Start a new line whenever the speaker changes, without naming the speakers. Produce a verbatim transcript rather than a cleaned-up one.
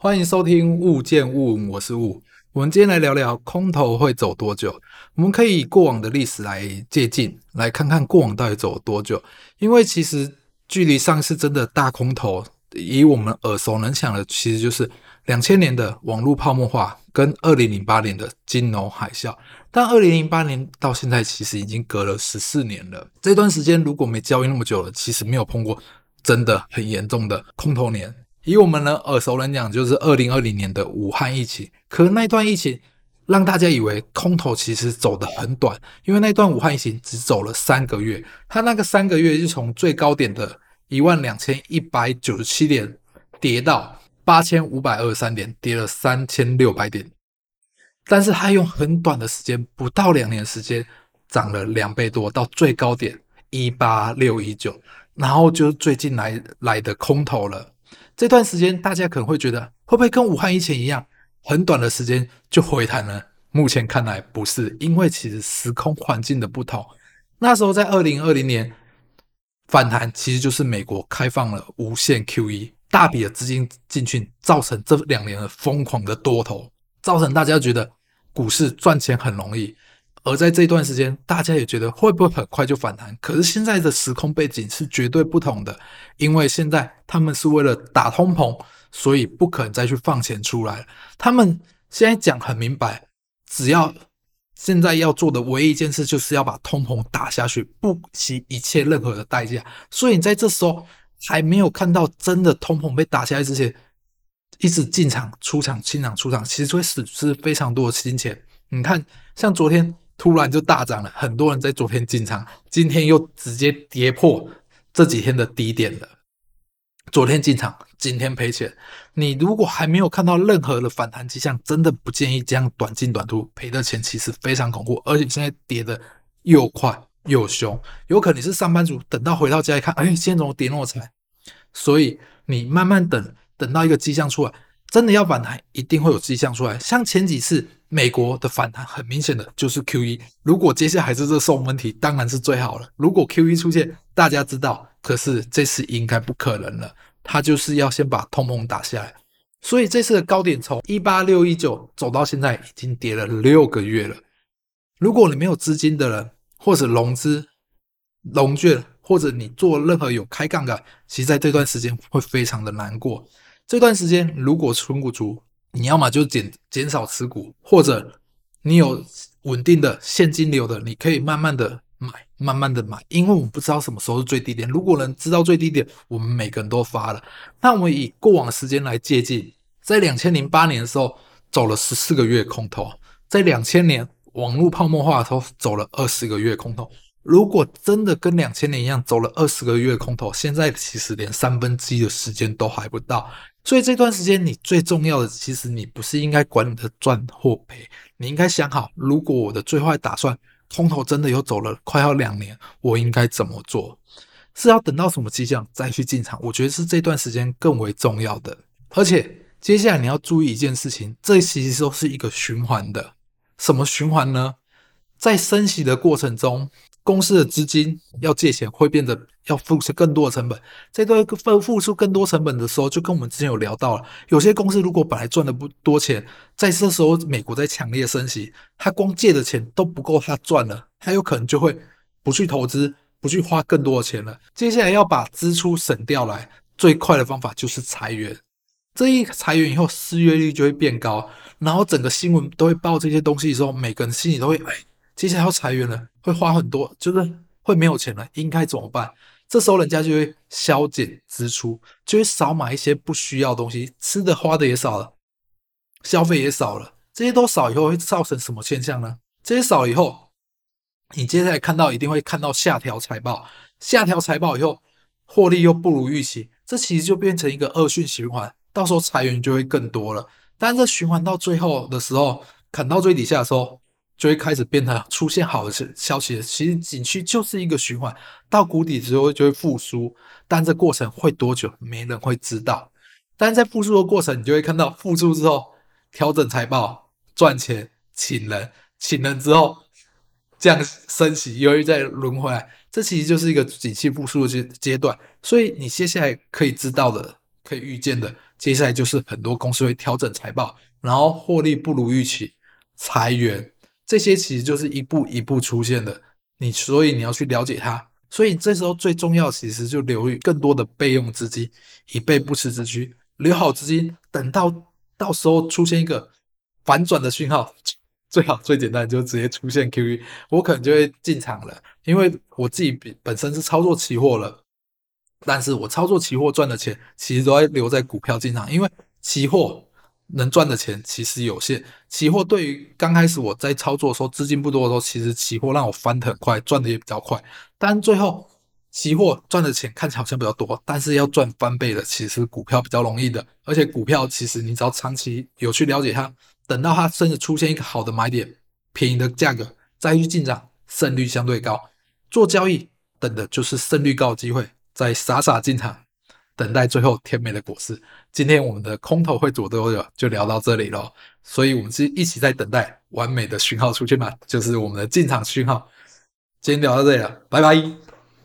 欢迎收听物见物，我是物。我们今天来聊聊空头会走多久。我们可以以过往的历史来借鉴，来看看过往到底走了多久。因为其实距离上次真的大空头，以我们耳熟能详的，其实就是两千年的网络泡沫化跟二零零八年的金融海啸。但二零零八年到现在其实已经隔了十四年了。这段时间如果没交易那么久了，其实没有碰过真的很严重的空头年。以我们呢耳熟能讲，就是二零二零年的武汉疫情。可那段疫情让大家以为空头其实走得很短，因为那段武汉疫情只走了三个月，它那个三个月就从最高点的一万两千一百九十七点跌到八千五百二十三点，跌了三千六百点。但是它用很短的时间，不到两年时间，涨了两倍多，到最高点一八六一九，然后就是最近来来的空头了。这段时间大家可能会觉得，会不会跟武汉疫情一样，很短的时间就回弹了？目前看来不是，因为其实时空环境的不同。那时候在二零二零年反弹，其实就是美国开放了无限 Q E， 大笔的资金进去，造成这两年的疯狂的多头，造成大家觉得股市赚钱很容易。而在这段时间，大家也觉得会不会很快就反弹？可是现在的时空背景是绝对不同的，因为现在他们是为了打通膨，所以不可能再去放钱出来了。他们现在讲很明白，只要现在要做的唯一一件事，就是要把通膨打下去，不惜一切任何的代价。所以你在这时候还没有看到真的通膨被打下来之前，一直进场出场进场出场，其实会损失非常多的金钱。你看，像昨天突然就大涨了，很多人在昨天进场，今天又直接跌破这几天的低点了。昨天进场，今天赔钱。你如果还没有看到任何的反弹迹象，真的不建议这样短进短出，赔的钱其实非常恐怖，而且现在跌的又快又凶，有可能你是上班族，等到回到家一看，哎，今天怎么跌那么惨？所以你慢慢等，等到一个迹象出来，真的要反弹，一定会有迹象出来。像前几次美国的反弹，很明显的就是 Q E。如果接下来还是这送问题，当然是最好了。如果 Q E 出现，大家知道，可是这次应该不可能了，它就是要先把通膨打下来。所以这次的高点从一八六一九走到现在，已经跌了六个月了。如果你没有资金的人，或者融资、融券，或者你做任何有开杠杆，其实在这段时间会非常的难过。这段时间如果纯股族，你要么就减减少持股，或者你有稳定的现金流的，你可以慢慢的买，慢慢的买，因为我们不知道什么时候是最低点。如果能知道最低点，我们每个人都发了。那我们以过往的时间来借鉴，在两千零八年的时候走了十四个月空头，在两千年网络泡沫化的时候走了二十个月空头。如果真的跟两千年一样走了二十个月空头，现在其实连三分之一的时间都还不到。所以这段时间你最重要的，其实你不是应该管你的赚或赔，你应该想好，如果我的最坏打算空头真的有走了快要两年，我应该怎么做？是要等到什么迹象再去进场？我觉得是这段时间更为重要的。而且接下来你要注意一件事情，这其实都是一个循环的。什么循环呢？在升息的过程中，公司的资金要借钱会变得要付出更多的成本，在对付出更多成本的时候，就跟我们之前有聊到了，有些公司如果本来赚的不多钱，在这时候美国在强烈升息，他光借的钱都不够他赚了，他有可能就会不去投资，不去花更多的钱了。接下来要把支出省掉来，最快的方法就是裁员。这一裁员以后，失业率就会变高，然后整个新闻都会报这些东西的时候，每个人心里都会，哎，接下来要裁员了，会花很多，就是会没有钱了，应该怎么办？这时候人家就会削减支出，就会少买一些不需要的东西，吃的花的也少了，消费也少了，这些都少以后会造成什么现象呢？这些少以后，你接下来看到一定会看到下调财报，下调财报以后，获利又不如预期，这其实就变成一个恶性循环，到时候裁员就会更多了。但这循环到最后的时候，砍到最底下的时候，就会开始变得出现好的消息。其实景区就是一个循环，到谷底之后就会复苏，但这过程会多久，没人会知道。但在复苏的过程，你就会看到复苏之后调整财报、赚钱、请人，请人之后这样升息，又再轮回来，这其实就是一个景气复苏的阶段。所以你接下来可以知道的、可以预见的， 接下来就是很多公司会调整财报，然后获利不如预期，裁员，这些其实就是一步一步出现的。你所以你要去了解它，所以这时候最重要其实就留有更多的备用资金，以备不时之需。留好资金，等到到时候出现一个反转的讯号，最好最简单就直接出现 Q E， 我可能就会进场了，因为我自己本身是操作期货了，但是我操作期货赚的钱其实都在留在股票进场，因为期货能赚的钱其实有限。期货对于刚开始我在操作的时候资金不多的时候，其实期货让我翻得很快，赚的也比较快。但最后期货赚的钱看起来好像比较多，但是要赚翻倍的其实股票比较容易的。而且股票其实你只要长期有去了解它，等到它甚至出现一个好的买点，便宜的价格再去进场，胜率相对高。做交易等的就是胜率高的机会，再傻傻进场，等待最后甜美的果实。今天我们的空头会走多久就聊到这里咯，所以我们是一起在等待完美的讯号出现嘛，就是我们的进场讯号。今天聊到这里了，拜拜。